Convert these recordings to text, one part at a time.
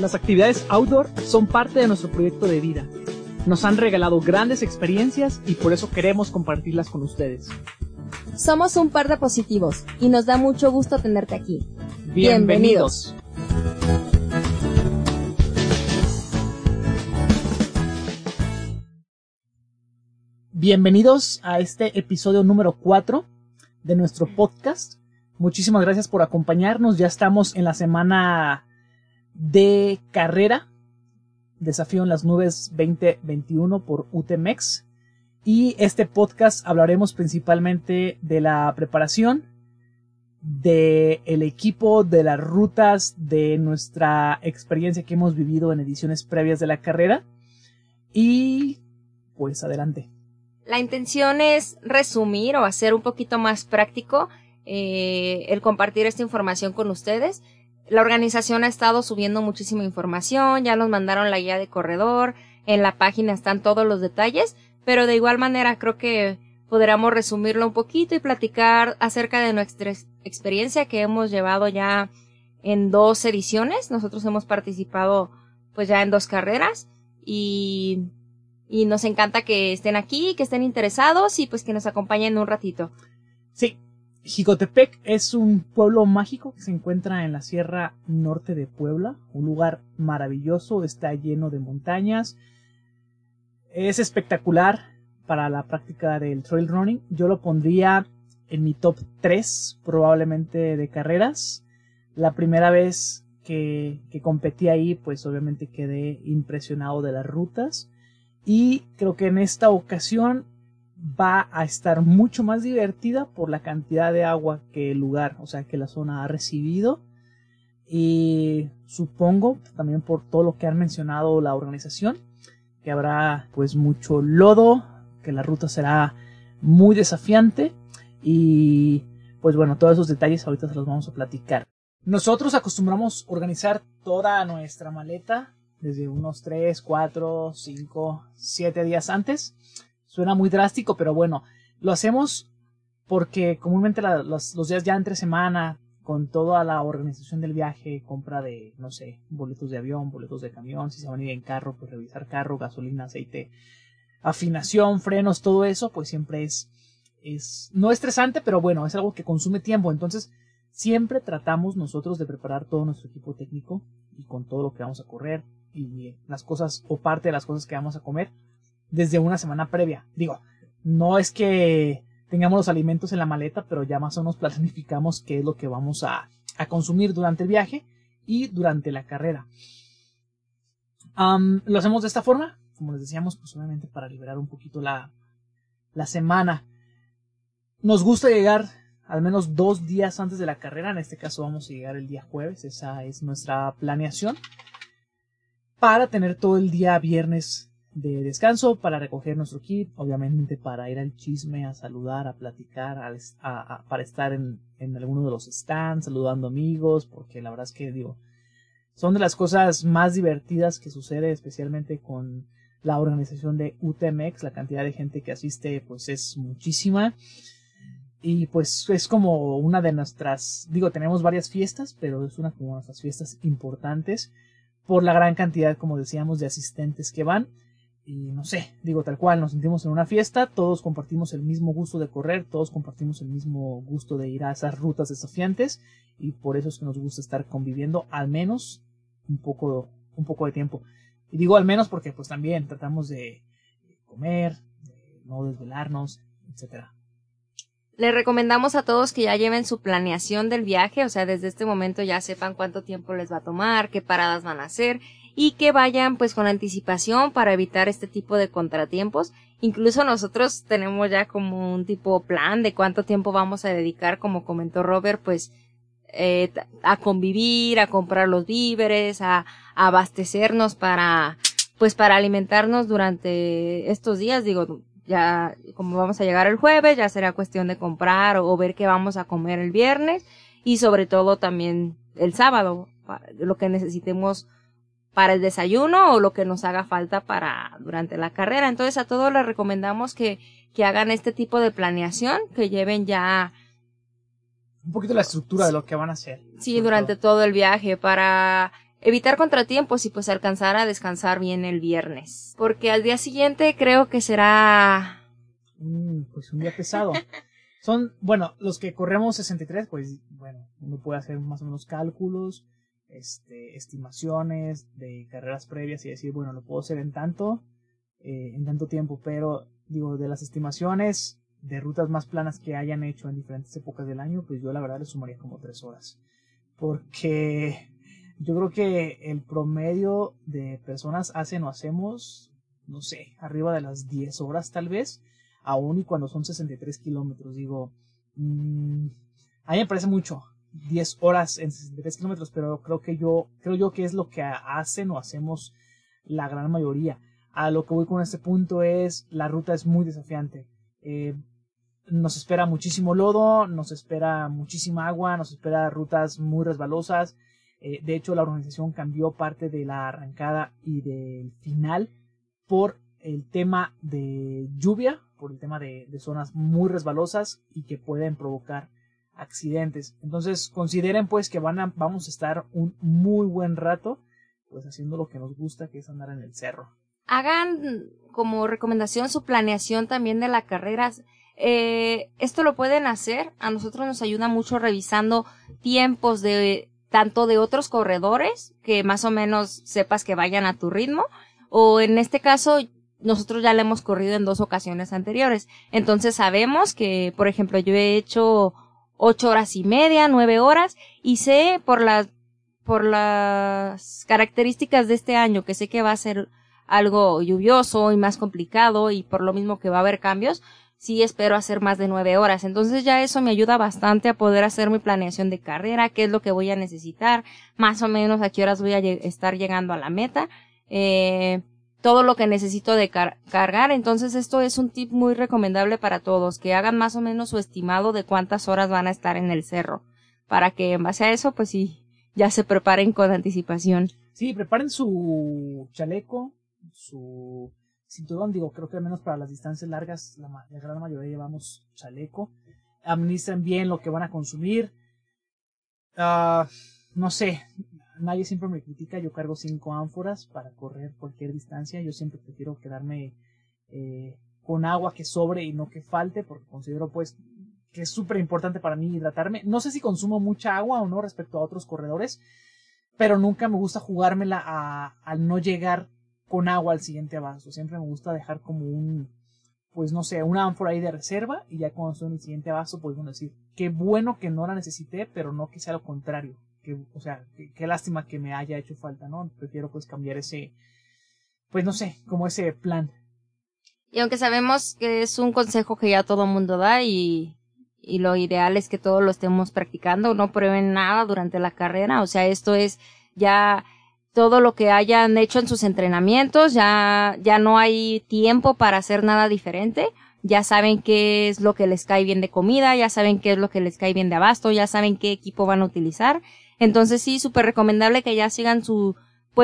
Las actividades outdoor son parte de nuestro proyecto de vida. Nos han regalado grandes experiencias y por eso queremos compartirlas con ustedes. Somos un par de positivos y nos da mucho gusto tenerte aquí. Bienvenidos. Bienvenidos a este episodio número 4 de nuestro podcast. Muchísimas gracias por acompañarnos. Ya estamos en la semana de carrera, Desafío en las Nubes 2021 por UTMX. Y este podcast hablaremos principalmente de la preparación, del equipo, de las rutas, de nuestra experiencia que hemos vivido en ediciones previas de la carrera. Y pues adelante. La intención es resumir o hacer un poquito más práctico el compartir esta información con ustedes. La organización ha estado subiendo muchísima información, ya nos mandaron la guía de corredor, en la página están todos los detalles, pero de igual manera creo que podríamos resumirlo un poquito y platicar acerca de nuestra experiencia que hemos llevado ya en 2 ediciones. Nosotros hemos participado pues ya en 2 carreras y nos encanta que estén aquí, que estén interesados y pues que nos acompañen un ratito. Sí, Jicotepec es un pueblo mágico que se encuentra en la Sierra Norte de Puebla, un lugar maravilloso, está lleno de montañas, es espectacular para la práctica del trail running. Yo lo pondría en mi top 3 probablemente de carreras. La primera vez que competí ahí, pues obviamente quedé impresionado de las rutas. Y creo que en esta ocasión va a estar mucho más divertida por la cantidad de agua que el lugar, o sea, que la zona ha recibido. Y supongo también por todo lo que han mencionado la organización, que habrá pues mucho lodo, que la ruta será muy desafiante. Y pues bueno, todos esos detalles ahorita se los vamos a platicar. Nosotros acostumbramos organizar toda nuestra maleta desde unos 3, 4, 5, 7 días antes. Suena muy drástico, pero bueno, lo hacemos porque comúnmente los días ya entre semana, con toda la organización del viaje, compra de, no sé, boletos de avión, boletos de camión, si se van a ir en carro, pues revisar carro, gasolina, aceite, afinación, frenos, todo eso, pues siempre es no estresante, pero bueno, es algo que consume tiempo. Entonces, siempre tratamos nosotros de preparar todo nuestro equipo técnico y con todo lo que vamos a correr y las cosas o parte de las cosas que vamos a comer desde una semana previa. Digo, no es que tengamos los alimentos en la maleta, pero ya más o menos planificamos qué es lo que vamos a consumir durante el viaje y durante la carrera. Lo hacemos de esta forma, como les decíamos, pues obviamente para liberar un poquito la semana. Nos gusta llegar al menos 2 días antes de la carrera. En este caso vamos a llegar el día jueves, esa es nuestra planeación, para tener todo el día viernes de descanso, para recoger nuestro kit, obviamente para ir al chisme, a saludar, a platicar, para estar en alguno de los stands, saludando amigos, porque la verdad es que digo, son de las cosas más divertidas que sucede, especialmente con la organización de UTMX. La cantidad de gente que asiste pues es muchísima y pues es como una de nuestras, digo, tenemos varias fiestas, pero es una como nuestras fiestas importantes por la gran cantidad, como decíamos, de asistentes que van. Y no sé, digo, tal cual, nos sentimos en una fiesta, todos compartimos el mismo gusto de correr, todos compartimos el mismo gusto de ir a esas rutas desafiantes, y por eso es que nos gusta estar conviviendo al menos un poco de tiempo. Y digo al menos porque pues también tratamos de comer, de no desvelarnos, etcétera. Les recomendamos a todos que ya lleven su planeación del viaje, o sea, desde este momento ya sepan cuánto tiempo les va a tomar, qué paradas van a hacer, y que vayan pues con anticipación para evitar este tipo de contratiempos. Incluso nosotros tenemos ya como un tipo plan de cuánto tiempo vamos a dedicar, como comentó Robert, pues a convivir, a comprar los víveres, a abastecernos para alimentarnos durante estos días. Digo, ya como vamos a llegar el jueves, ya será cuestión de comprar o ver qué vamos a comer el viernes y sobre todo también el sábado, lo que necesitemos para el desayuno o lo que nos haga falta para durante la carrera. Entonces a todos les recomendamos que hagan este tipo de planeación, que lleven ya un poquito la estructura de lo que van a hacer. Sí, durante todo el viaje, para evitar contratiempos y pues alcanzar a descansar bien el viernes. Porque al día siguiente creo que será... Pues un día pesado. Bueno, los que corremos 63, pues bueno, uno puede hacer más o menos cálculos, estimaciones de carreras previas y decir, bueno, lo puedo hacer en tanto tiempo, pero digo, de las estimaciones de rutas más planas que hayan hecho en diferentes épocas del año, pues yo la verdad le sumaría como 3 horas. Porque yo creo que el promedio de personas hacen o hacemos, no sé, arriba de las 10 horas tal vez, aún y cuando son 63 kilómetros. Digo, a mí me parece mucho, 10 horas en 63 kilómetros, pero creo yo que es lo que hacen o hacemos la gran mayoría. A lo que voy con este punto es, la ruta es muy desafiante. Nos espera muchísimo lodo, nos espera muchísima agua, nos espera rutas muy resbalosas. De hecho, la organización cambió parte de la arrancada y del final por el tema de lluvia, por el tema de zonas muy resbalosas y que pueden provocar accidentes. Entonces consideren pues que vamos a estar un muy buen rato pues haciendo lo que nos gusta, que es andar en el cerro. Hagan como recomendación su planeación también de la carrera. Esto lo pueden hacer, a nosotros nos ayuda mucho revisando tiempos de tanto de otros corredores, que más o menos sepas que vayan a tu ritmo, o en este caso nosotros ya le hemos corrido en 2 ocasiones anteriores, entonces sabemos que, por ejemplo, yo he hecho 8 horas y media, 9 horas, y sé por las características de este año, que sé que va a ser algo lluvioso y más complicado, y por lo mismo que va a haber cambios, sí espero hacer más de 9 horas. Entonces ya eso me ayuda bastante a poder hacer mi planeación de carrera, qué es lo que voy a necesitar, más o menos a qué horas voy a estar llegando a la meta, todo lo que necesito de cargar. Entonces esto es un tip muy recomendable para todos, que hagan más o menos su estimado de cuántas horas van a estar en el cerro, para que en base a eso pues sí, ya se preparen con anticipación. Sí, preparen su chaleco, su cinturón, digo, creo que al menos para las distancias largas la gran mayoría llevamos chaleco. Administren bien lo que van a consumir. No sé, nadie siempre me critica, yo cargo 5 ánforas para correr cualquier distancia. Yo siempre prefiero quedarme con agua que sobre y no que falte, porque considero pues que es súper importante para mí hidratarme. No sé si consumo mucha agua o no respecto a otros corredores, pero nunca me gusta jugármela al no llegar con agua al siguiente vaso. Siempre me gusta dejar como pues no sé, una ánfora ahí de reserva, y ya cuando estoy en el siguiente vaso, pues bueno, decir, qué bueno que no la necesité, pero no que sea lo contrario. O sea, qué lástima que me haya hecho falta, ¿no? Prefiero pues cambiar pues no sé, como ese plan. Y aunque sabemos que es un consejo que ya todo mundo da y lo ideal es que todos lo estemos practicando, no prueben nada durante la carrera, o sea, esto es ya todo lo que hayan hecho en sus entrenamientos, ya no hay tiempo para hacer nada diferente, ya saben qué es lo que les cae bien de comida, ya saben qué es lo que les cae bien de abasto, ya saben qué equipo van a utilizar, entonces sí, súper recomendable que ya sigan su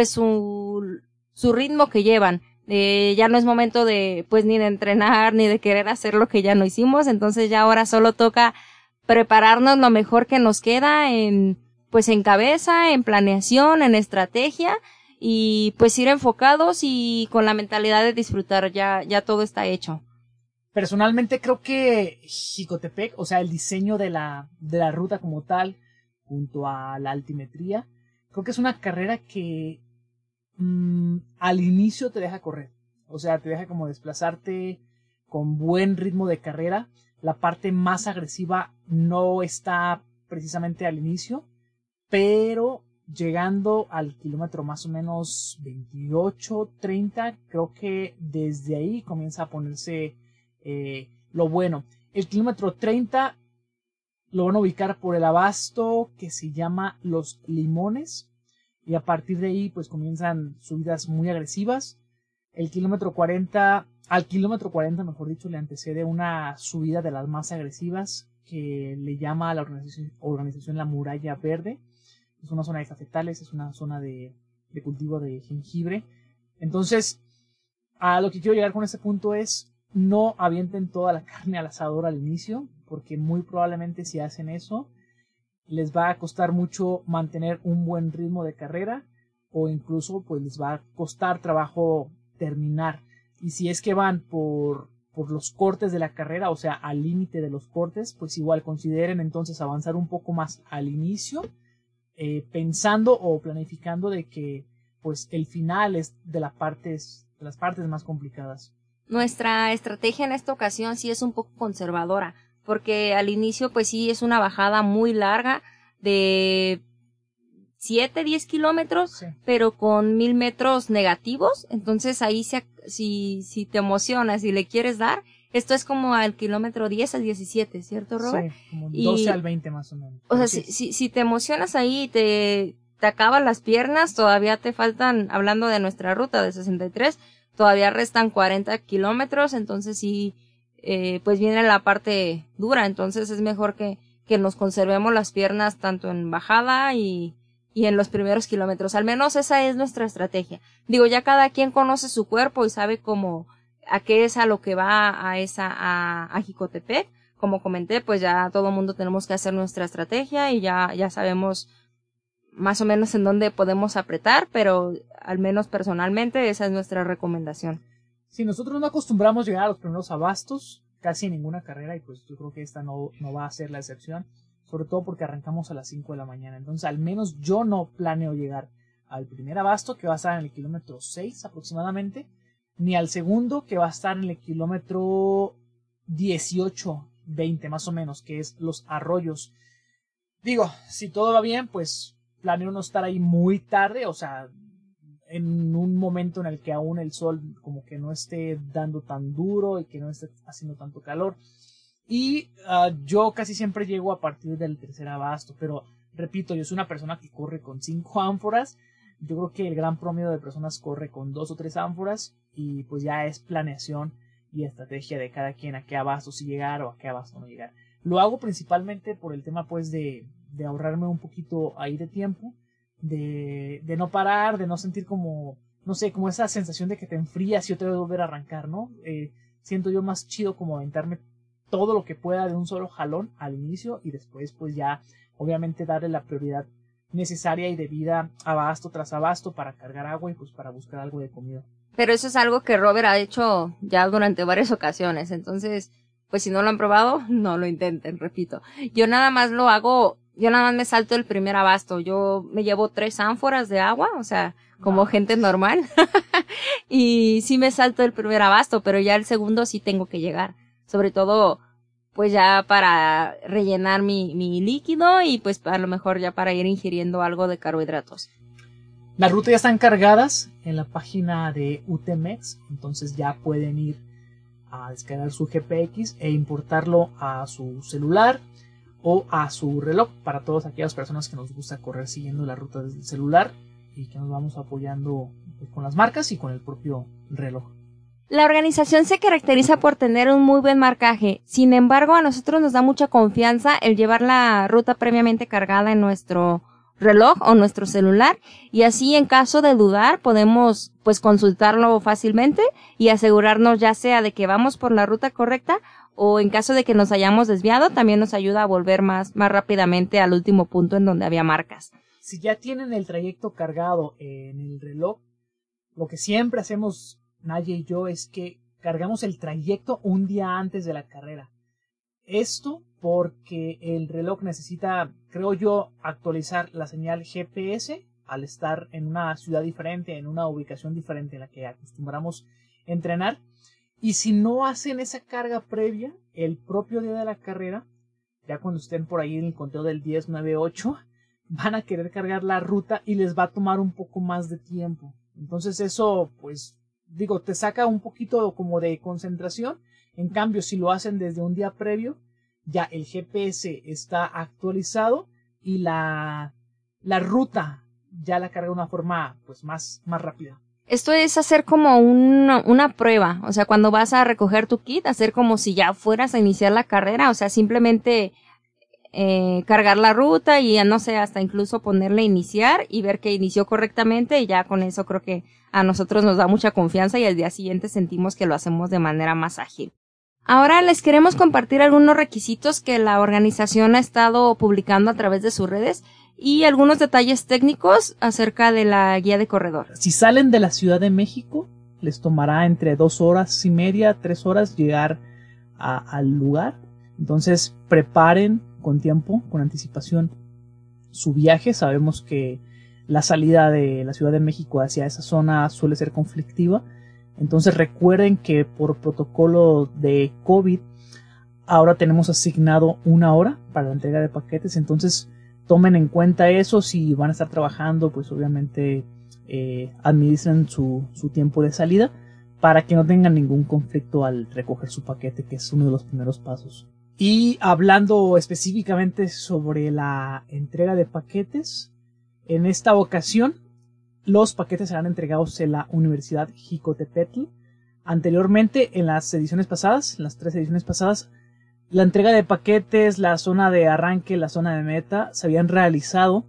ritmo que llevan. Ya no es momento de, pues, ni de entrenar, ni de querer hacer lo que ya no hicimos, entonces ya ahora solo toca prepararnos lo mejor que nos queda en cabeza, en planeación, en estrategia, y pues ir enfocados y con la mentalidad de disfrutar, ya todo está hecho. Personalmente creo que Jicotepec, o sea, el diseño de la ruta como tal, junto a la altimetría, creo que es una carrera que al inicio te deja correr, o sea, te deja como desplazarte con buen ritmo de carrera. La parte más agresiva no está precisamente al inicio, pero llegando al kilómetro más o menos 28, 30, creo que desde ahí comienza a ponerse lo bueno. El kilómetro 30 lo van a ubicar por el abasto que se llama Los Limones, y a partir de ahí pues comienzan subidas muy agresivas. Al kilómetro 40 mejor dicho, le antecede una subida de las más agresivas que le llama a la organización la Muralla Verde. Es una zona de cafetales, es una zona de cultivo de jengibre. Entonces, a lo que quiero llegar con este punto es, no avienten toda la carne al asador al inicio, porque muy probablemente si hacen eso, les va a costar mucho mantener un buen ritmo de carrera, o incluso pues les va a costar trabajo terminar. Y si es que van por los cortes de la carrera, o sea, al límite de los cortes, pues igual consideren entonces avanzar un poco más al inicio, pensando o planificando de que pues el final es de las partes más complicadas. Nuestra estrategia en esta ocasión sí es un poco conservadora, porque al inicio pues sí es una bajada muy larga de 7-10 kilómetros, sí, pero con 1000 metros negativos. Entonces ahí si te emocionas y le quieres dar, esto es como al kilómetro 10 al 17, ¿cierto, Robert? Sí, como 12 al 20 más o menos. O sea, si te emocionas ahí y te acaban las piernas, todavía te faltan, hablando de nuestra ruta de 63, todavía restan 40 kilómetros, entonces sí, pues viene la parte dura, entonces es mejor que nos conservemos las piernas tanto en bajada y en los primeros kilómetros. Al menos esa es nuestra estrategia. Digo, ya cada quien conoce su cuerpo y sabe cómo, a qué es a lo que va a Jicotepec. Como comenté, pues ya todo mundo tenemos que hacer nuestra estrategia y ya sabemos más o menos en dónde podemos apretar, pero al menos personalmente esa es nuestra recomendación. Sí, nosotros no acostumbramos llegar a los primeros abastos, casi en ninguna carrera, y pues yo creo que esta no va a ser la excepción, sobre todo porque arrancamos a las 5 de la mañana, entonces al menos yo no planeo llegar al primer abasto, que va a estar en el kilómetro 6 aproximadamente, ni al segundo, que va a estar en el kilómetro 18, 20 más o menos, que es Los Arroyos. Digo, si todo va bien, pues planeo no estar ahí muy tarde, o sea, en un momento en el que aún el sol como que no esté dando tan duro y que no esté haciendo tanto calor. Y yo casi siempre llego a partir del tercer abasto, pero repito, yo soy una persona que corre con 5 ánforas. Yo creo que el gran promedio de personas corre con 2 o 3 ánforas y pues ya es planeación y estrategia de cada quien a qué abasto sí llegar o a qué abasto no llegar. Lo hago principalmente por el tema pues de ahorrarme un poquito ahí de tiempo, de no parar, de no sentir como, no sé, como esa sensación de que te enfrías y otra vez volver a arrancar, ¿no? Siento yo más chido como aventarme todo lo que pueda de un solo jalón al inicio y después pues ya obviamente darle la prioridad necesaria y debida abasto tras abasto para cargar agua y pues para buscar algo de comida. Pero eso es algo que Robert ha hecho ya durante varias ocasiones, entonces pues si no lo han probado, no lo intenten, repito. Yo nada más me salto el primer abasto, yo me llevo 3 ánforas de agua, o sea, como gente normal, y sí me salto el primer abasto, pero ya el segundo sí tengo que llegar, sobre todo pues ya para rellenar mi líquido y pues a lo mejor ya para ir ingiriendo algo de carbohidratos. Las rutas ya están cargadas en la página de UTMX, entonces ya pueden ir a descargar su GPX e importarlo a su celular o a su reloj para todas aquellas personas que nos gusta correr siguiendo la ruta desde el celular y que nos vamos apoyando pues, con las marcas y con el propio reloj. La organización se caracteriza por tener un muy buen marcaje, sin embargo a nosotros nos da mucha confianza el llevar la ruta previamente cargada en nuestro reloj o nuestro celular y así en caso de dudar podemos pues consultarlo fácilmente y asegurarnos ya sea de que vamos por la ruta correcta o en caso de que nos hayamos desviado también nos ayuda a volver más rápidamente al último punto en donde había marcas. Si ya tienen el trayecto cargado en el reloj, lo que siempre hacemos Naye y yo es que cargamos el trayecto un día antes de la carrera. Esto porque el reloj necesita, creo yo, actualizar la señal GPS al estar en una ciudad diferente, en una ubicación diferente en la que acostumbramos entrenar. Y si no hacen esa carga previa, el propio día de la carrera, ya cuando estén por ahí en el conteo del 10, 9, 8, van a querer cargar la ruta y les va a tomar un poco más de tiempo. Entonces eso, pues, digo, te saca un poquito como de concentración. En cambio, si lo hacen desde un día previo, ya el GPS está actualizado y la ruta ya la carga de una forma pues más rápida. Esto es hacer como una prueba, o sea, cuando vas a recoger tu kit, hacer como si ya fueras a iniciar la carrera, o sea, simplemente cargar la ruta y no sé, hasta incluso ponerle iniciar y ver que inició correctamente y ya con eso creo que a nosotros nos da mucha confianza y al día siguiente sentimos que lo hacemos de manera más ágil. Ahora les queremos compartir algunos requisitos que la organización ha estado publicando a través de sus redes y algunos detalles técnicos acerca de la guía de corredor. Si salen de la Ciudad de México, les tomará entre 2 horas y media, 3 horas llegar al lugar. Entonces preparen con tiempo, con anticipación su viaje. Sabemos que la salida de la Ciudad de México hacia esa zona suele ser conflictiva. Entonces recuerden que por protocolo de COVID ahora tenemos asignado 1 hora para la entrega de paquetes. Entonces tomen en cuenta eso. Si van a estar trabajando, pues obviamente administren su tiempo de salida para que no tengan ningún conflicto al recoger su paquete, que es uno de los primeros pasos. Y hablando específicamente sobre la entrega de paquetes, en esta ocasión los paquetes serán entregados en la Universidad Jicotepetl. Anteriormente, en las ediciones pasadas, en las 3 ediciones pasadas, la entrega de paquetes, la zona de arranque, la zona de meta, se habían realizado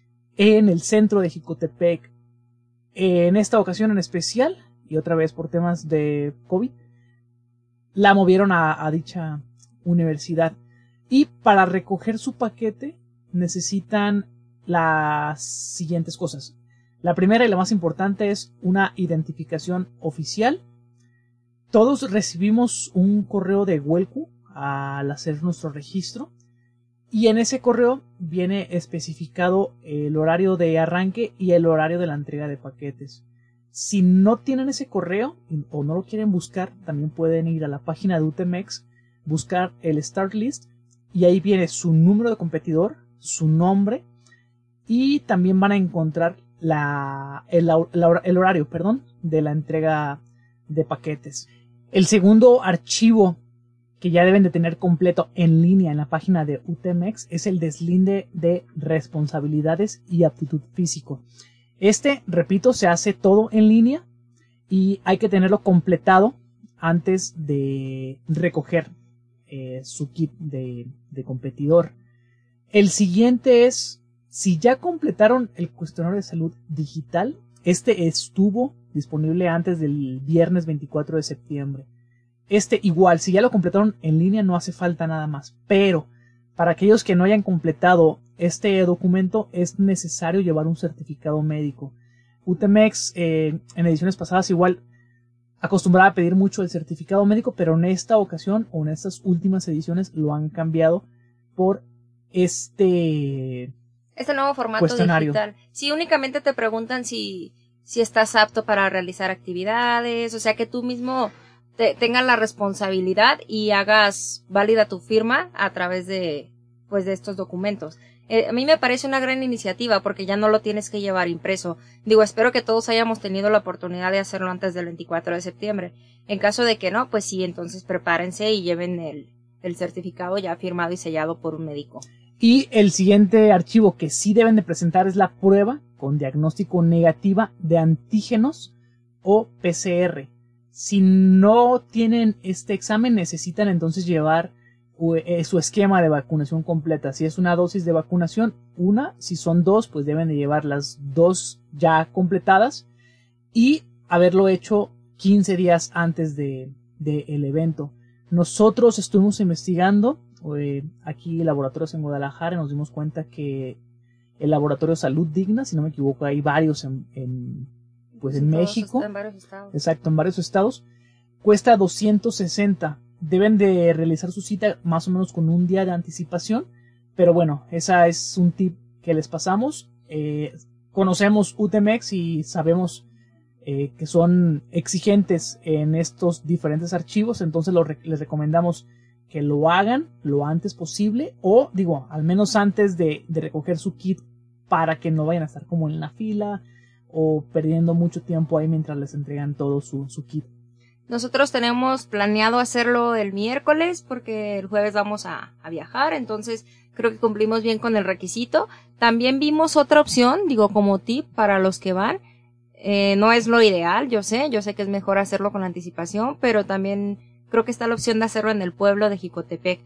en el centro de Jicotepec. En esta ocasión en especial, y otra vez por temas de COVID, la movieron a dicha universidad. Y para recoger su paquete necesitan las siguientes cosas. La primera y la más importante es una identificación oficial. Todos recibimos un correo de Huelcu al hacer nuestro registro, y en ese correo viene especificado el horario de arranque y el horario de la entrega de paquetes. Si no tienen ese correo o no lo quieren buscar, también pueden ir a la página de UTMX, buscar el Start List, y ahí viene su número de competidor, su nombre, y también van a encontrar el horario de la entrega de paquetes. El segundo archivo que ya deben de tener completo en línea en la página de UTMX es el deslinde de responsabilidades y aptitud físico. Repito, se hace todo en línea y hay que tenerlo completado antes de recoger su kit de competidor. El siguiente es, si ya completaron el cuestionario de salud digital, estuvo disponible antes del viernes 24 de septiembre. Igual, si ya lo completaron en línea, no hace falta nada más. Pero para aquellos que no hayan completado este documento, es necesario llevar un certificado médico. UTMX en ediciones pasadas igual acostumbraba a pedir mucho el certificado médico, pero en esta ocasión o en estas últimas ediciones lo han cambiado por este nuevo formato cuestionario digital. Sí, únicamente te preguntan si estás apto para realizar actividades, o sea que tú mismo tengas la responsabilidad y hagas válida tu firma a través de estos documentos. A mí me parece una gran iniciativa porque ya no lo tienes que llevar impreso. Digo, espero que todos hayamos tenido la oportunidad de hacerlo antes del 24 de septiembre. En caso de que no, pues sí, entonces prepárense y lleven el certificado ya firmado y sellado por un médico. Y el siguiente archivo que sí deben de presentar es la prueba con diagnóstico negativa de antígenos o PCR. Si no tienen este examen, necesitan entonces llevar su esquema de vacunación completa. Si es una dosis de vacunación, una. Si son 2, pues deben de llevar las 2 ya completadas y haberlo hecho 15 días antes del evento. Nosotros estuvimos investigando aquí laboratorios en Guadalajara, nos dimos cuenta que el laboratorio Salud Digna, si no me equivoco, hay varios en México. En varios estados. Exacto, en varios estados. Cuesta 260. Deben de realizar su cita más o menos con un día de anticipación. Pero bueno, esa es un tip que les pasamos. Conocemos UTMX y sabemos que son exigentes en estos diferentes archivos. Entonces les recomendamos que lo hagan lo antes posible. O al menos antes de recoger su kit, para que no vayan a estar como en la fila o perdiendo mucho tiempo ahí mientras les entregan todo su kit. Nosotros tenemos planeado hacerlo el miércoles porque el jueves vamos a viajar, entonces creo que cumplimos bien con el requisito. También vimos otra opción, como tip para los que van. No es lo ideal, yo sé que es mejor hacerlo con anticipación, pero también creo que está la opción de hacerlo en el pueblo de Jicotepec.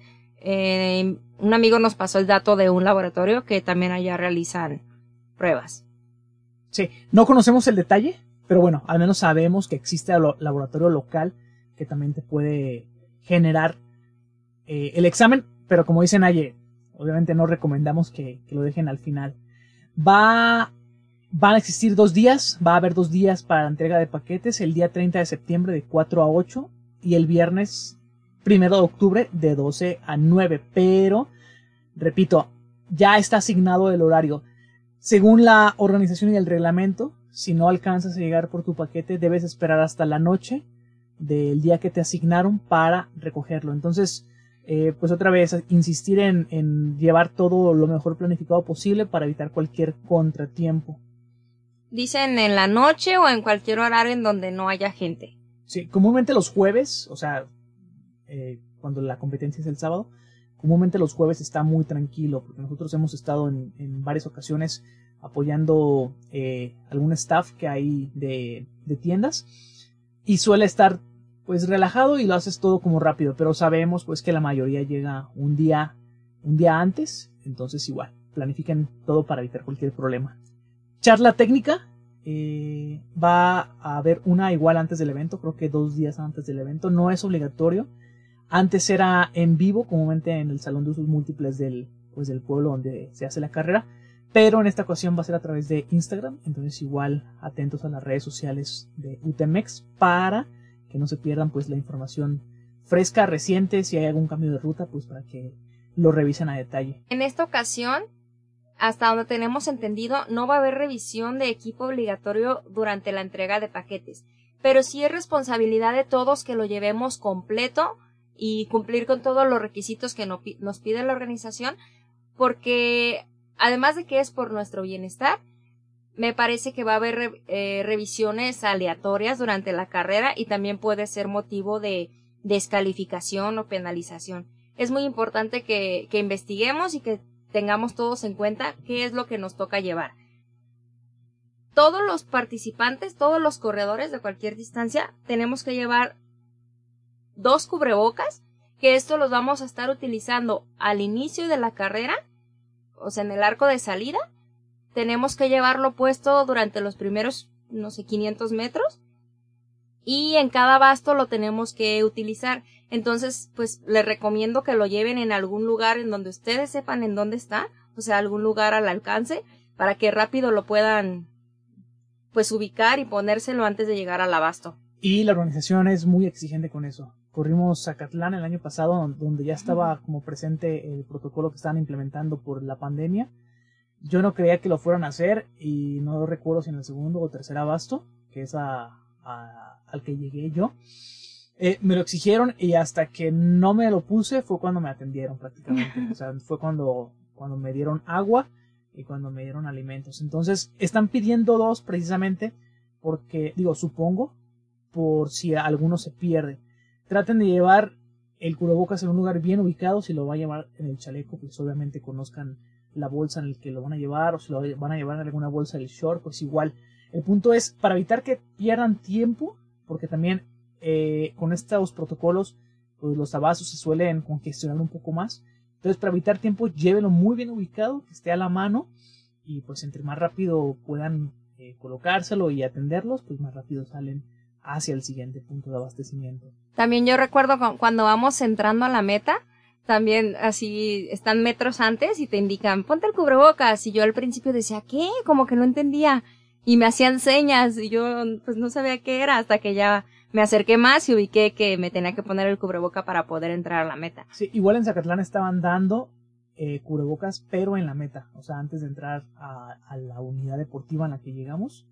Un amigo nos pasó el dato de un laboratorio que también allá realizan pruebas. Sí, no conocemos el detalle, pero bueno, al menos sabemos que existe el laboratorio local que también te puede generar el examen, pero como dicen Aye, obviamente no recomendamos que lo dejen al final. Van a existir 2 días, va a haber 2 días para la entrega de paquetes, el día 30 de septiembre de 4 a 8 y el viernes 1 de octubre de 12 a 9, pero, repito, ya está asignado el horario. Según la organización y el reglamento, si no alcanzas a llegar por tu paquete, debes esperar hasta la noche del día que te asignaron para recogerlo. Entonces, pues otra vez, insistir en llevar todo lo mejor planificado posible para evitar cualquier contratiempo. Dicen en la noche o en cualquier horario en donde no haya gente. Sí, comúnmente los jueves, o sea, cuando la competencia es el sábado, comúnmente los jueves está muy tranquilo, porque nosotros hemos estado en varias ocasiones apoyando algún staff que hay de tiendas y suele estar pues relajado y lo haces todo como rápido, pero sabemos pues que la mayoría llega un día antes, entonces igual, planifiquen todo para evitar cualquier problema. Charla técnica, va a haber una igual antes del evento, creo que 2 días antes del evento, no es obligatorio. Antes era en vivo, comúnmente en el salón de usos múltiples del pueblo donde se hace la carrera, pero en esta ocasión va a ser a través de Instagram, entonces igual atentos a las redes sociales de UTMX para que no se pierdan pues la información fresca, reciente, si hay algún cambio de ruta, pues para que lo revisen a detalle. En esta ocasión, hasta donde tenemos entendido, no va a haber revisión de equipo obligatorio durante la entrega de paquetes, pero sí es responsabilidad de todos que lo llevemos completo y cumplir con todos los requisitos que nos pide la organización, porque además de que es por nuestro bienestar, me parece que va a haber revisiones aleatorias durante la carrera y también puede ser motivo de descalificación o penalización. Es muy importante que investiguemos y que tengamos todos en cuenta qué es lo que nos toca llevar. Todos los participantes, todos los corredores de cualquier distancia, tenemos que llevar 2 cubrebocas, que esto los vamos a estar utilizando al inicio de la carrera, o sea, en el arco de salida. Tenemos que llevarlo puesto durante los primeros, 500 metros, y en cada basto lo tenemos que utilizar. Entonces, pues les recomiendo que lo lleven en algún lugar en donde ustedes sepan en dónde está, o sea, algún lugar al alcance, para que rápido lo puedan pues ubicar y ponérselo antes de llegar al abasto. Y la organización es muy exigente con eso. Corrimos Zacatlán el año pasado, donde ya estaba como presente el protocolo que estaban implementando por la pandemia. Yo no creía que lo fueran a hacer y no recuerdo si en el segundo o tercer abasto, que es al que llegué yo, me lo exigieron y hasta que no me lo puse fue cuando me atendieron prácticamente. O sea, fue cuando me dieron agua y cuando me dieron alimentos. Entonces, están pidiendo 2 precisamente porque, supongo, por si alguno se pierde. Traten de llevar el cubrebocas en un lugar bien ubicado. Si lo va a llevar en el chaleco, pues obviamente conozcan la bolsa en el que lo van a llevar, o si lo van a llevar en alguna bolsa del short, pues igual. El punto es para evitar que pierdan tiempo, porque también con estos protocolos pues los abastos se suelen congestionar un poco más. Entonces, para evitar tiempo, llévenlo muy bien ubicado, que esté a la mano, y pues entre más rápido puedan colocárselo y atenderlos, pues más rápido salen hacia el siguiente punto de abastecimiento. También yo recuerdo cuando vamos entrando a la meta, también así están metros antes y te indican, ponte el cubrebocas, y yo al principio decía, ¿qué? Como que no entendía, y me hacían señas, y yo pues no sabía qué era, hasta que ya me acerqué más y ubiqué que me tenía que poner el cubreboca para poder entrar a la meta. Sí, igual en Zacatlán estaban dando cubrebocas, pero en la meta, o sea, antes de entrar a la unidad deportiva a la que llegamos,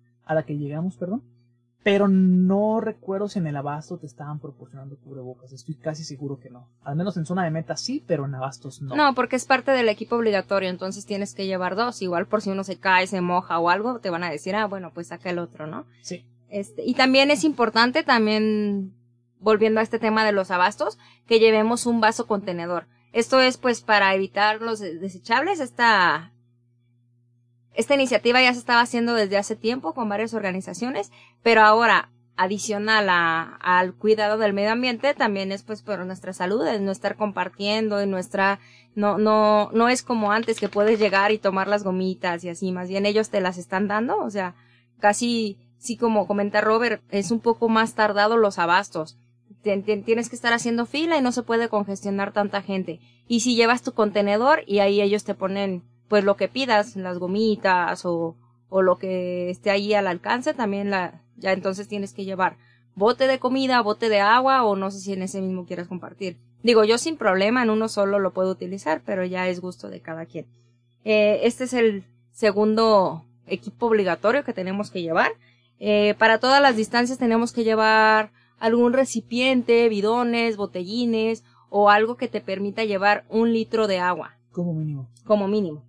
pero no recuerdo si en el abasto te estaban proporcionando cubrebocas, estoy casi seguro que no, al menos en zona de meta sí, pero en abastos no. No, porque es parte del equipo obligatorio, entonces tienes que llevar 2, igual por si uno se cae, se moja o algo, te van a decir, bueno, pues saca el otro, ¿no? Sí. Y también es importante, volviendo a este tema de los abastos, que llevemos un vaso contenedor. Esto es pues para evitar los desechables. Esta iniciativa ya se estaba haciendo desde hace tiempo con varias organizaciones, pero ahora, adicional al cuidado del medio ambiente, también es pues por nuestra salud, es no estar compartiendo, no es como antes que puedes llegar y tomar las gomitas y así, más bien ellos te las están dando, o sea, casi, sí, como comenta Robert, es un poco más tardado los abastos. Tienes que estar haciendo fila y no se puede congestionar tanta gente. Y si llevas tu contenedor y ahí ellos te ponen pues lo que pidas, las gomitas o lo que esté ahí al alcance, también ya entonces tienes que llevar bote de comida, bote de agua, o no sé si en ese mismo quieras compartir. Digo, yo sin problema en uno solo lo puedo utilizar, pero ya es gusto de cada quien. Este es el segundo equipo obligatorio que tenemos que llevar. Para todas las distancias tenemos que llevar algún recipiente, bidones, botellines o algo que te permita llevar 1 litro de agua. Como mínimo. Como mínimo.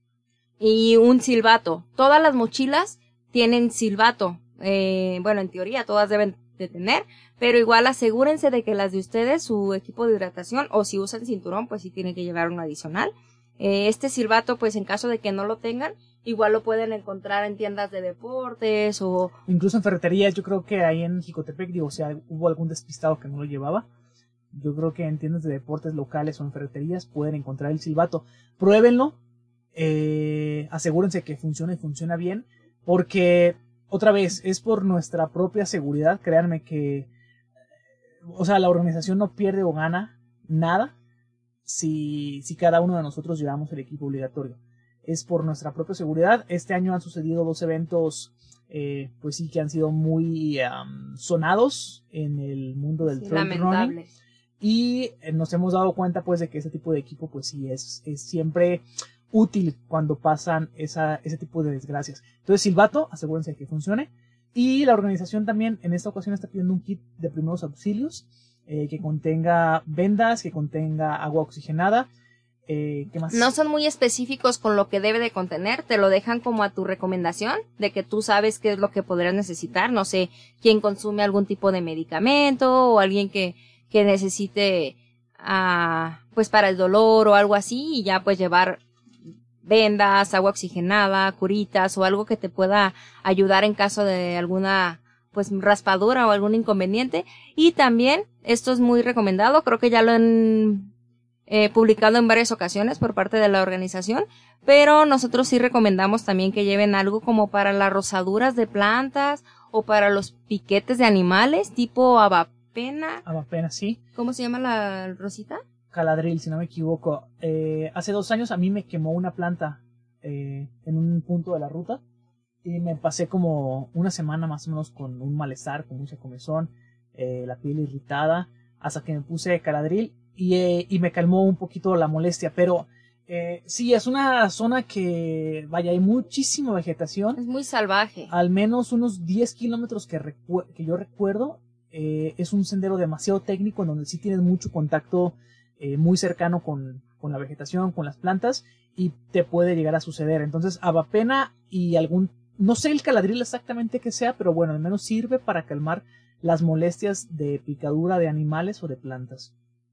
Y un silbato. Todas las mochilas tienen silbato. Bueno, en teoría todas deben de tener, pero igual asegúrense de que las de ustedes, su equipo de hidratación, o si usan cinturón, pues sí tienen que llevar uno adicional. Este silbato, pues en caso de que no lo tengan, igual lo pueden encontrar en tiendas de deportes o... Incluso en ferreterías, yo creo que ahí en Jicotepec, digo, si hubo algún despistado que no lo llevaba, yo creo que en tiendas de deportes locales o en ferreterías pueden encontrar el silbato. Pruébenlo, asegúrense que funciona bien, porque otra vez, es por nuestra propia seguridad. Créanme que, o sea, la organización no pierde o gana nada si cada uno de nosotros llevamos el equipo obligatorio. Es por nuestra propia seguridad. Este año han sucedido 2 eventos, pues sí, que han sido muy sonados en el mundo del trail running. Y nos hemos dado cuenta, pues, de que ese tipo de equipo, pues sí, es siempre útil cuando pasan ese tipo de desgracias. Entonces, silbato, asegúrense de que funcione. Y la organización también en esta ocasión está pidiendo un kit de primeros auxilios que contenga vendas, que contenga agua oxigenada. ¿Qué más? No son muy específicos con lo que debe de contener, te lo dejan como a tu recomendación, de que tú sabes qué es lo que podrías necesitar. No sé, quién consume algún tipo de medicamento o alguien que necesite pues para el dolor o algo así, y ya pues llevar vendas, agua oxigenada, curitas o algo que te pueda ayudar en caso de alguna pues raspadura o algún inconveniente. Y también, esto es muy recomendado, creo que ya lo han publicado en varias ocasiones por parte de la organización, pero nosotros sí recomendamos también que lleven algo como para las rozaduras de plantas o para los piquetes de animales, tipo avapena. Avapena, sí. ¿Cómo se llama la rosita? Caladril, si no me equivoco. Hace 2 años a mí me quemó una planta en un punto de la ruta y me pasé como una semana más o menos con un malestar, con mucha comezón, la piel irritada, hasta que me puse Caladril y me calmó un poquito la molestia. Pero sí, es una zona que, vaya, hay muchísima vegetación. Es muy salvaje. Al menos unos 10 kilómetros que yo recuerdo. Es un sendero demasiado técnico en donde sí tienes mucho contacto muy cercano con la vegetación, con las plantas, y te puede llegar a suceder. Entonces, avapena y no sé el Caladril exactamente que sea, pero bueno, al menos sirve para calmar las molestias de picadura de animales o de plantas.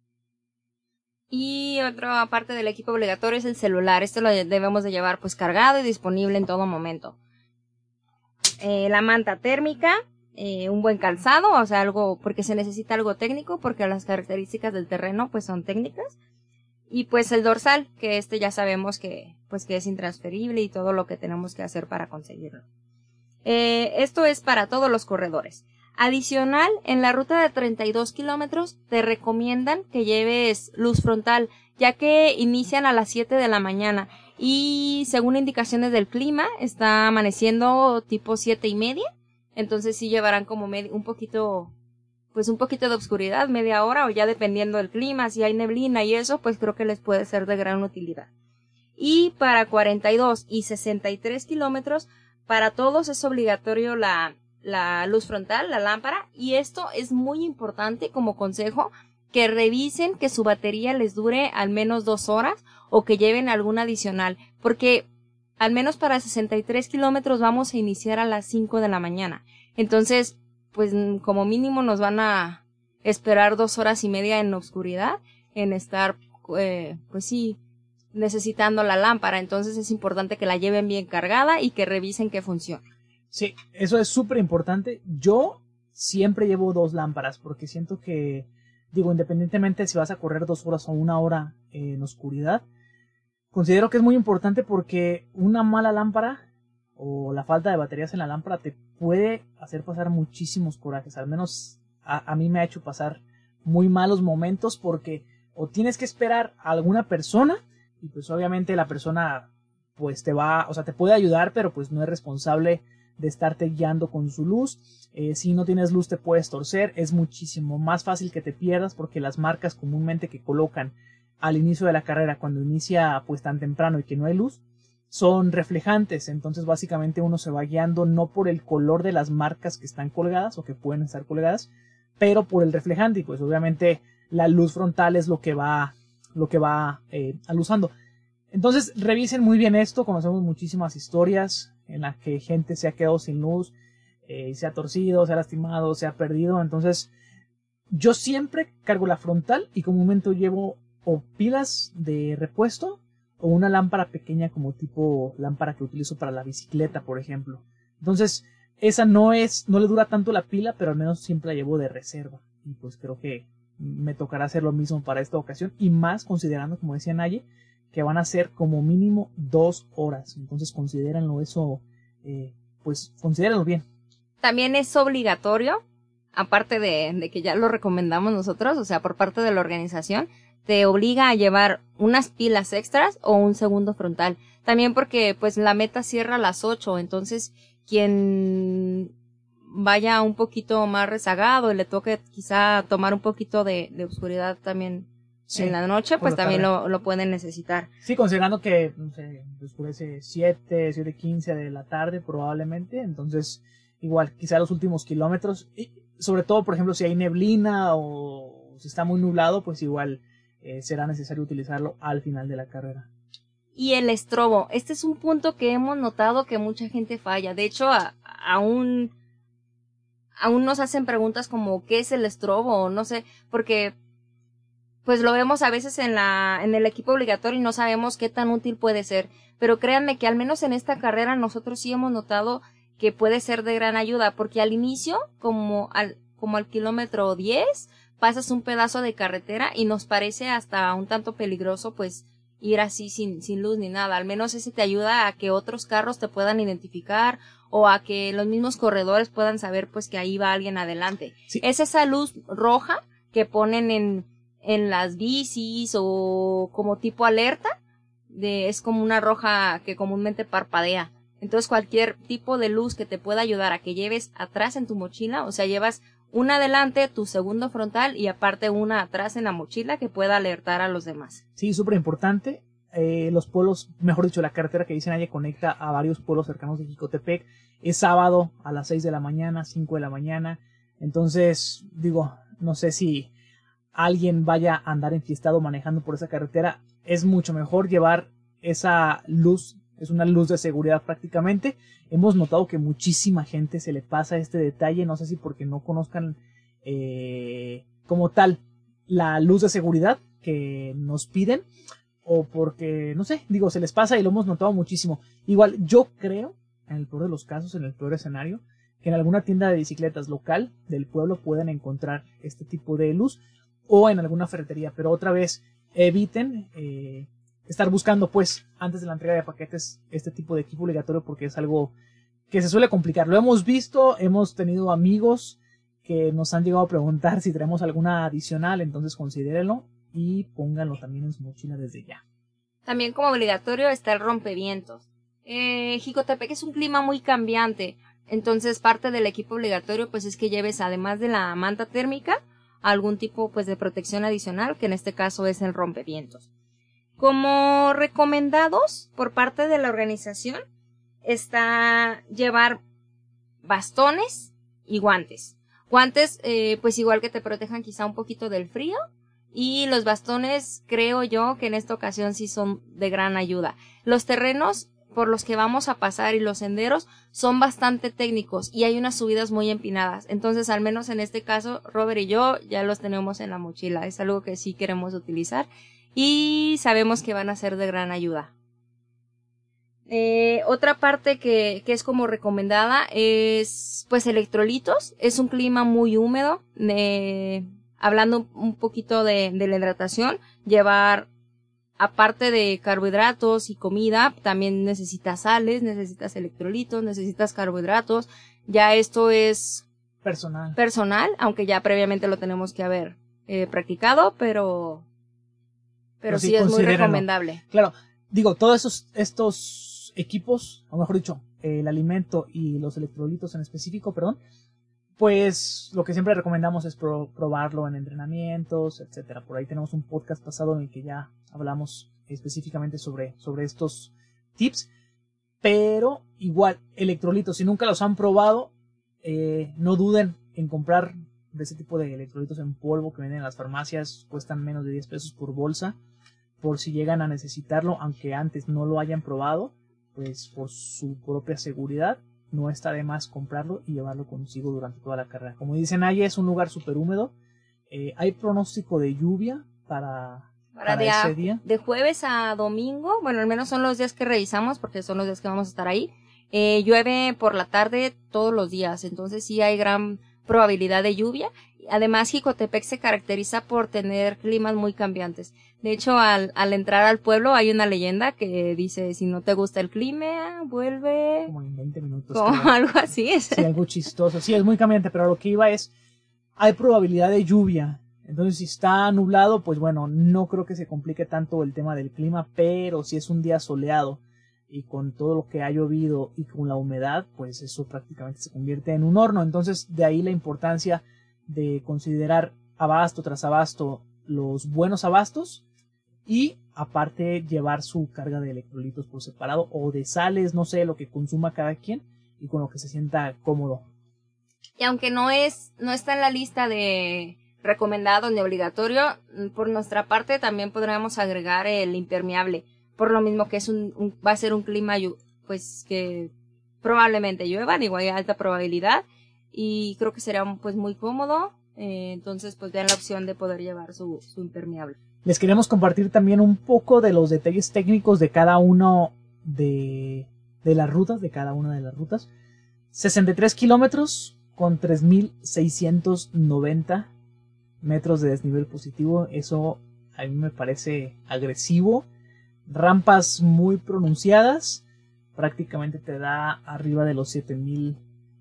Y otra parte del equipo obligatorio es el celular. Esto lo debemos de llevar pues cargado y disponible en todo momento. La manta térmica, un buen calzado, o sea, algo, porque se necesita algo técnico, porque las características del terreno pues son técnicas. Y pues el dorsal, que ya sabemos que es intransferible y todo lo que tenemos que hacer para conseguirlo. Esto es para todos los corredores. Adicional, en la ruta de 32 kilómetros te recomiendan que lleves luz frontal, ya que inician a las 7 de la mañana y según indicaciones del clima está amaneciendo tipo 7:30, entonces sí llevarán como un poquito de oscuridad, media hora, o ya dependiendo del clima, si hay neblina y eso, pues creo que les puede ser de gran utilidad. Y para 42 y 63 kilómetros, para todos es obligatorio la luz frontal, la lámpara, y esto es muy importante como consejo, que revisen que su batería les dure al menos 2 horas o que lleven alguna adicional, porque al menos para 63 kilómetros vamos a iniciar a las 5 de la mañana. Entonces, pues como mínimo nos van a esperar 2 horas y media en oscuridad, en estar, pues sí, necesitando la lámpara. Entonces es importante que la lleven bien cargada y que revisen que funcione. Sí, eso es súper importante. Yo siempre llevo 2 lámparas porque siento que, digo, independientemente si vas a correr 2 horas o 1 hora en oscuridad, considero que es muy importante porque una mala lámpara o la falta de baterías en la lámpara te puede hacer pasar muchísimos corajes. Al menos a mí me ha hecho pasar muy malos momentos porque o tienes que esperar a alguna persona y pues obviamente la persona pues te puede ayudar, pero pues no es responsable de estarte guiando con su luz. Si no tienes luz te puedes torcer, es muchísimo más fácil que te pierdas porque las marcas comúnmente que colocan al inicio de la carrera, cuando inicia pues tan temprano y que no hay luz, son reflejantes. Entonces básicamente uno se va guiando no por el color de las marcas que están colgadas o que pueden estar colgadas, pero por el reflejante, y pues obviamente la luz frontal es lo que va alusando. Entonces revisen muy bien esto. Conocemos muchísimas historias en las que gente se ha quedado sin luz, se ha torcido, se ha lastimado, se ha perdido. Entonces yo siempre cargo la frontal y comúnmente llevo o pilas de repuesto o una lámpara pequeña como tipo lámpara que utilizo para la bicicleta, por ejemplo. Entonces esa no le dura tanto la pila, pero al menos siempre la llevo de reserva, y pues creo que me tocará hacer lo mismo para esta ocasión, y más considerando, como decía Naye, que van a ser como mínimo 2 horas. Entonces considérenlo eso, pues considérenlo bien. También es obligatorio, aparte de que ya lo recomendamos nosotros, o sea, por parte de la organización, te obliga a llevar unas pilas extras o un segundo frontal. También porque pues la meta cierra a las 8, entonces quien vaya un poquito más rezagado y le toque quizá tomar un poquito de oscuridad también en la noche, pues también lo pueden necesitar. Sí, considerando que no sé, oscurece 7:15 de la tarde probablemente, entonces igual quizá los últimos kilómetros, y sobre todo por ejemplo si hay neblina o si está muy nublado, pues igual será necesario utilizarlo al final de la carrera. Y el estrobo, este es un punto que hemos notado que mucha gente falla. De hecho, aún nos hacen preguntas como ¿qué es el estrobo? O no sé, porque pues lo vemos a veces en el equipo obligatorio y no sabemos qué tan útil puede ser. Pero créanme que al menos en esta carrera nosotros sí hemos notado que puede ser de gran ayuda, porque al inicio, como al kilómetro 10, pasas un pedazo de carretera y nos parece hasta un tanto peligroso pues ir así sin luz ni nada. Al menos ese te ayuda a que otros carros te puedan identificar o a que los mismos corredores puedan saber pues que ahí va alguien adelante. Sí. Es esa luz roja que ponen en las bicis o como tipo alerta, es como una roja que comúnmente parpadea. Entonces cualquier tipo de luz que te pueda ayudar a que lleves atrás en tu mochila, o sea, llevas una adelante, tu segundo frontal y aparte una atrás en la mochila que pueda alertar a los demás. Sí, súper importante. Los pueblos, mejor dicho, la carretera que dice Naye conecta a varios pueblos cercanos de Jicotepec. Es sábado a las 6 de la mañana, 5 de la mañana. Entonces, digo, no sé si alguien vaya a andar enfiestado manejando por esa carretera. Es mucho mejor llevar esa luz. Es una luz de seguridad prácticamente. Hemos notado que muchísima gente se le pasa este detalle. No sé si porque no conozcan como tal la luz de seguridad que nos piden, o porque, no sé, digo, se les pasa y lo hemos notado muchísimo. Igual, yo creo, en el peor de los casos, en el peor escenario, que en alguna tienda de bicicletas local del pueblo pueden encontrar este tipo de luz, o en alguna ferretería. Pero otra vez, eviten estar buscando pues antes de la entrega de paquetes este tipo de equipo obligatorio, porque es algo que se suele complicar. Lo hemos visto, hemos tenido amigos que nos han llegado a preguntar si traemos alguna adicional, entonces considérenlo y pónganlo también en su mochila desde ya. También como obligatorio está el rompevientos. Jicotepec es un clima muy cambiante, entonces parte del equipo obligatorio pues es que lleves, además de la manta térmica, algún tipo pues de protección adicional, que en este caso es el rompevientos. Como recomendados por parte de la organización está llevar bastones y guantes. Guantes pues igual que te protejan quizá un poquito del frío, y los bastones creo yo que en esta ocasión sí son de gran ayuda. Los terrenos por los que vamos a pasar y los senderos son bastante técnicos y hay unas subidas muy empinadas. Entonces, al menos en este caso, Robert y yo ya los tenemos en la mochila. Es algo que sí queremos utilizar y sabemos que van a ser de gran ayuda. Otra parte que es como recomendada es pues electrolitos. Es un clima muy húmedo. Hablando un poquito de la hidratación, llevar aparte de carbohidratos y comida, también necesitas sales, necesitas electrolitos, necesitas carbohidratos. Ya esto es personal, aunque ya previamente lo tenemos que haber practicado, pero sí es muy recomendable. Claro, digo, todos estos equipos, o mejor dicho, el alimento y los electrolitos en específico, perdón, pues lo que siempre recomendamos es probarlo en entrenamientos, etcétera. Por ahí tenemos un podcast pasado en el que ya hablamos específicamente sobre estos tips. Pero igual, electrolitos, si nunca los han probado, no duden en comprar de ese tipo de electrolitos en polvo que venden en las farmacias. Cuestan menos de 10 pesos por bolsa, por si llegan a necesitarlo, aunque antes no lo hayan probado, pues por su propia seguridad no está de más comprarlo y llevarlo consigo durante toda la carrera. Como dicen, ahí es un lugar súper húmedo. Hay pronóstico de lluvia para ese día. De jueves a domingo, bueno, al menos son los días que revisamos, porque son los días que vamos a estar ahí. Llueve por la tarde todos los días, entonces sí hay gran probabilidad de lluvia. Además, Jicotepec se caracteriza por tener climas muy cambiantes. De hecho, al entrar al pueblo hay una leyenda que dice, si no te gusta el clima, vuelve... Como en 20 minutos. Como algo así. Sí, algo chistoso. Sí, es muy cambiante, pero lo que iba es, hay probabilidad de lluvia. Entonces, si está nublado, pues bueno, no creo que se complique tanto el tema del clima, pero si es un día soleado y con todo lo que ha llovido y con la humedad, pues eso prácticamente se convierte en un horno. Entonces, de ahí la importancia de considerar abasto tras abasto los buenos abastos y aparte llevar su carga de electrolitos por separado o de sales, no sé, lo que consuma cada quien y con lo que se sienta cómodo. Y aunque no está en la lista de recomendado ni obligatorio, por nuestra parte también podríamos agregar el impermeable, por lo mismo que va a ser un clima pues que probablemente llueva, digo, hay alta probabilidad y creo que será pues muy cómodo, entonces pues vean la opción de poder llevar su impermeable. Les queremos compartir también un poco de los detalles técnicos de cada uno de las rutas, 63 kilómetros con 3,690 metros de desnivel positivo, eso a mí me parece agresivo. Rampas muy pronunciadas, prácticamente te da arriba de los 7,000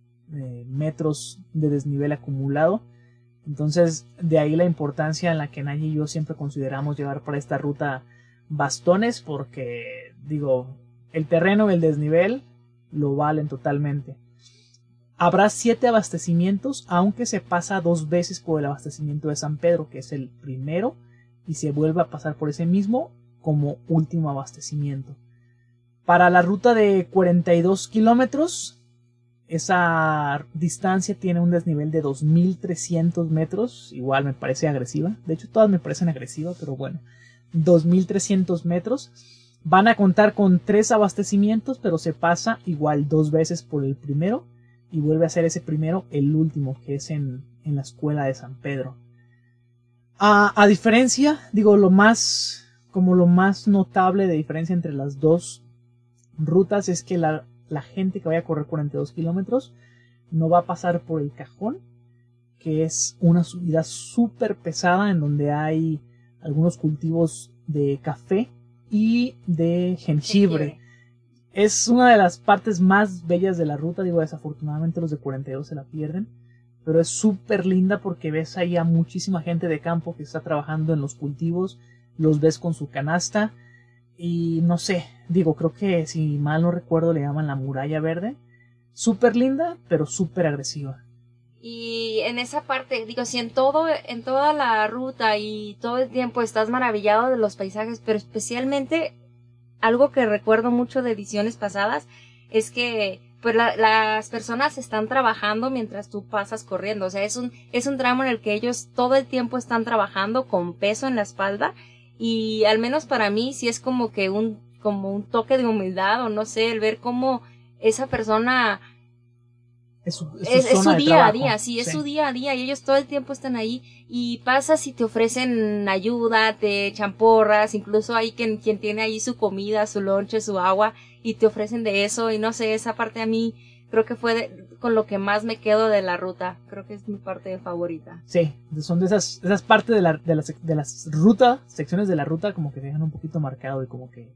metros de desnivel acumulado. Entonces, de ahí la importancia en la que Naye y yo siempre consideramos llevar para esta ruta bastones, porque, digo, el terreno y el desnivel lo valen totalmente. Habrá 7 abastecimientos, aunque se pasa 2 veces por el abastecimiento de San Pedro, que es el primero, y se vuelve a pasar por ese mismo como último abastecimiento. Para la ruta de 42 kilómetros, esa distancia tiene un desnivel de 2,300 metros, igual me parece agresiva, de hecho todas me parecen agresivas, pero bueno, 2,300 metros. Van a contar con 3 abastecimientos, pero se pasa igual 2 veces por el primero y vuelve a ser ese primero el último, que es en la escuela de San Pedro. A diferencia, digo, lo más notable de diferencia entre las dos rutas es que la gente que vaya a correr 42 kilómetros no va a pasar por el Cajón, que es una subida súper pesada en donde hay algunos cultivos de café y de jengibre. Es una de las partes más bellas de la ruta, digo, desafortunadamente los de 42 se la pierden, pero es súper linda porque ves ahí a muchísima gente de campo que está trabajando en los cultivos, los ves con su canasta y no sé, digo, creo que si mal no recuerdo le llaman la muralla verde, súper linda pero súper agresiva. Y en esa parte, digo, si en toda la ruta y todo el tiempo estás maravillado de los paisajes, pero especialmente algo que recuerdo mucho de ediciones pasadas es que pues las personas están trabajando mientras tú pasas corriendo, o sea, es un tramo en el que ellos todo el tiempo están trabajando con peso en la espalda y al menos para mí sí es como que un toque de humildad o no sé, el ver cómo esa persona es su día a día, sí, es su día a día y ellos todo el tiempo están ahí y pasas y te ofrecen ayuda, te echan porras, incluso hay quien tiene ahí su comida, su lonche, su agua y te ofrecen de eso y no sé, esa parte a mí creo que fue con lo que más me quedo de la ruta, creo que es mi parte favorita. Sí, son de esas partes de las rutas, secciones de la ruta como que te dejan un poquito marcado y como que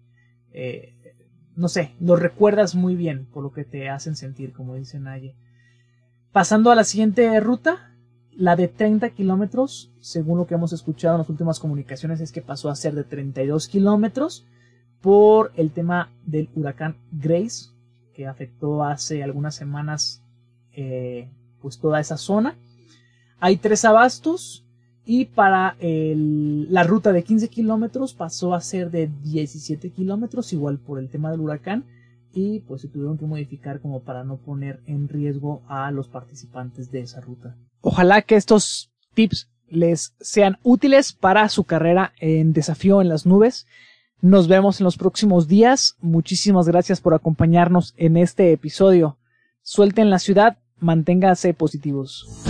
no sé, lo recuerdas muy bien por lo que te hacen sentir, como dice Naye. Pasando a la siguiente ruta, la de 30 kilómetros, según lo que hemos escuchado en las últimas comunicaciones, es que pasó a ser de 32 kilómetros, por el tema del huracán Grace, que afectó hace algunas semanas pues toda esa zona. Hay 3 abastos y para la ruta de 15 kilómetros pasó a ser de 17 kilómetros, igual por el tema del huracán, y pues se tuvieron que modificar como para no poner en riesgo a los participantes de esa ruta. Ojalá que estos tips les sean útiles para su carrera en Desafío en las Nubes. Nos vemos en los próximos días. Muchísimas gracias por acompañarnos en este episodio. Suelten la ciudad, manténganse positivos.